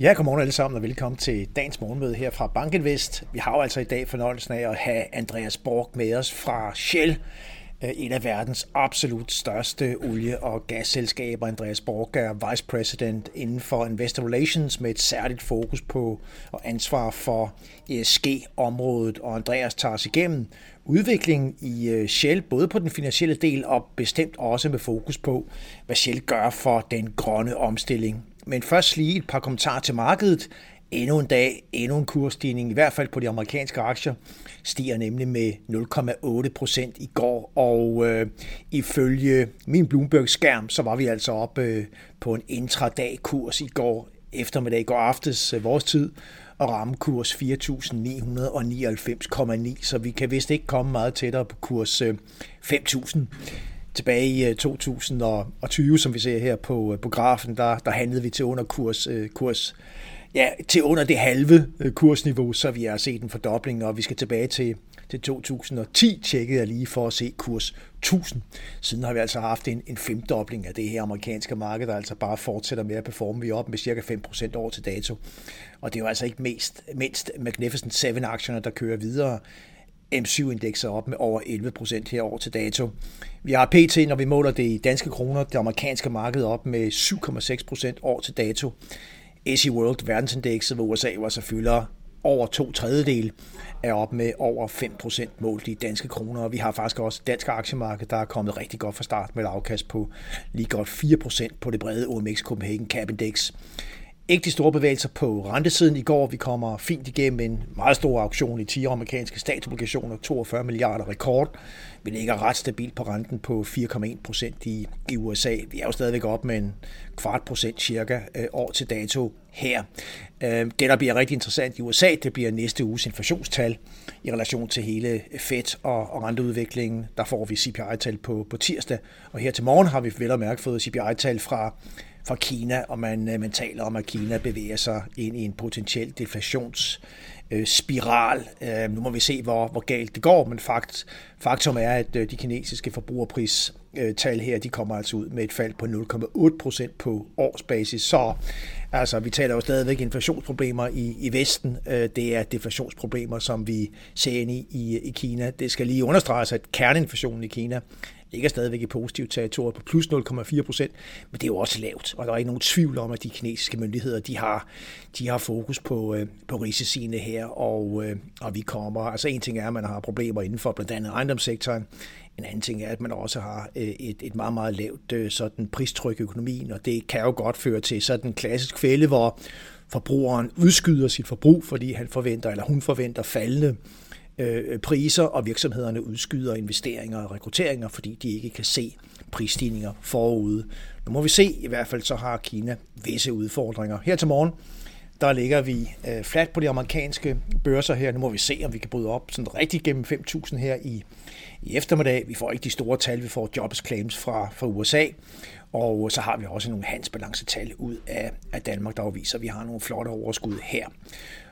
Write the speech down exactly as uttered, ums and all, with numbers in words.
Ja, godmorgen alle sammen og velkommen til dagens morgenmøde her fra BankInvest. Vi har jo altså i dag fornøjelsen af at have Andreas Borg med os fra Shell, en af verdens absolut største olie- og gasselskaber. Andreas Borg er Vice President inden for Investor Relations med et særligt fokus på og ansvar for E S G-området. Og Andreas tager os igennem udviklingen i Shell, både på den finansielle del og bestemt også med fokus på, hvad Shell gør for den grønne omstilling. Men først lige et par kommentarer til markedet. Endnu en dag, endnu en kursstigning, i hvert fald på de amerikanske aktier, stiger nemlig med nul komma otte procent i går, og øh, ifølge min Bloomberg-skærm, så var vi altså oppe øh, på en intradag-kurs i går eftermiddag, i går aftes øh, vores tid, og ramme kurs fire tusind ni hundrede nioghalvfems komma ni, så vi kan vist ikke komme meget tættere på kurs øh, fem tusind. Tilbage i to tusind og tyve, som vi ser her på, på grafen, der, der handlede vi til under kurs, øh, kurs Ja, til under det halve kursniveau, så vi har set en fordobling, og vi skal tilbage til, til to tusind og ti, tjekkede jeg lige for at se kurs tusind. Siden har vi altså haft en, en femdobling af det her amerikanske marked, der altså bare fortsætter med at performe. Vi er oppe med cirka fem procent over til dato, og det er jo altså ikke mest, mindst Magnificent syv-aktierne, der kører videre. M syv-indekset op med over elleve procent her over til dato. Vi har P T, når vi måler det i danske kroner, det amerikanske marked op med syv komma seks procent over til dato. S E World, verdensindekset, hvor U S A jo altså fylder over to tredjedel, er op med over fem procent målt i danske kroner. Og vi har faktisk også et dansk aktiemarked, der er kommet rigtig godt fra start med et afkast på lige godt fire procent på det brede O M X Copenhagen Cap Index. Ikke de store bevægelser på rentesiden i går. Vi kommer fint igennem en meget stor auktion i ti amerikanske statsobligationer, toogfyrre milliarder rekord. Vi ligger ret stabilt på renten på fire komma en procent i, i U S A. Vi er jo stadigvæk op med en kvart procent cirka øh, år til dato her. Øh, det, der bliver rigtig interessant i U S A, det bliver næste uges inflationstal i relation til hele Fed og, og renteudviklingen. Der får vi C P I-tal på, på tirsdag, og her til morgen har vi vel og mærke fået C P I-tal fra fra Kina, og man, man taler om, at Kina bevæger sig ind i en potentiel deflationsspiral. Øh, nu må vi se, hvor, hvor galt det går, men fakt, faktum er, at de kinesiske forbrugerpristal her, de kommer altså ud med et fald på nul komma otte procent på årsbasis. Så altså, vi taler jo stadigvæk inflationsproblemer i, i Vesten. Det er deflationsproblemer, som vi ser ind i, i i Kina. Det skal lige understreges, at kerneinflationen i Kina ligger stadigvæk i positivt territorium på plus nul komma fire procent, men det er jo også lavt, og der er ikke nogen tvivl om, at de kinesiske myndigheder, de har, de har fokus på, øh, på risiciene her, og, øh, og vi kommer, altså en ting er, at man har problemer inden for blandt andet ejendomssektoren, en anden ting er, at man også har øh, et, et meget, meget lavt øh, sådan pristryk i økonomien, og det kan jo godt føre til sådan en klassisk fælde, hvor forbrugeren udskyder sit forbrug, fordi han forventer, eller hun forventer faldende priser, og virksomhederne udskyder investeringer og rekrutteringer, fordi de ikke kan se prisstigninger forude. Nu må vi se, i hvert fald så har Kina visse udfordringer. Her til morgen, der ligger vi øh, fladt på de amerikanske børser her. Nu må vi se, om vi kan bryde op sådan rigtig gennem fem tusind her i, i eftermiddag. Vi får ikke de store tal, vi får jobs claims fra, fra U S A, og så har vi også nogle handelsbalancetal ud af, af Danmark, der viser, at vi har nogle flotte overskud her.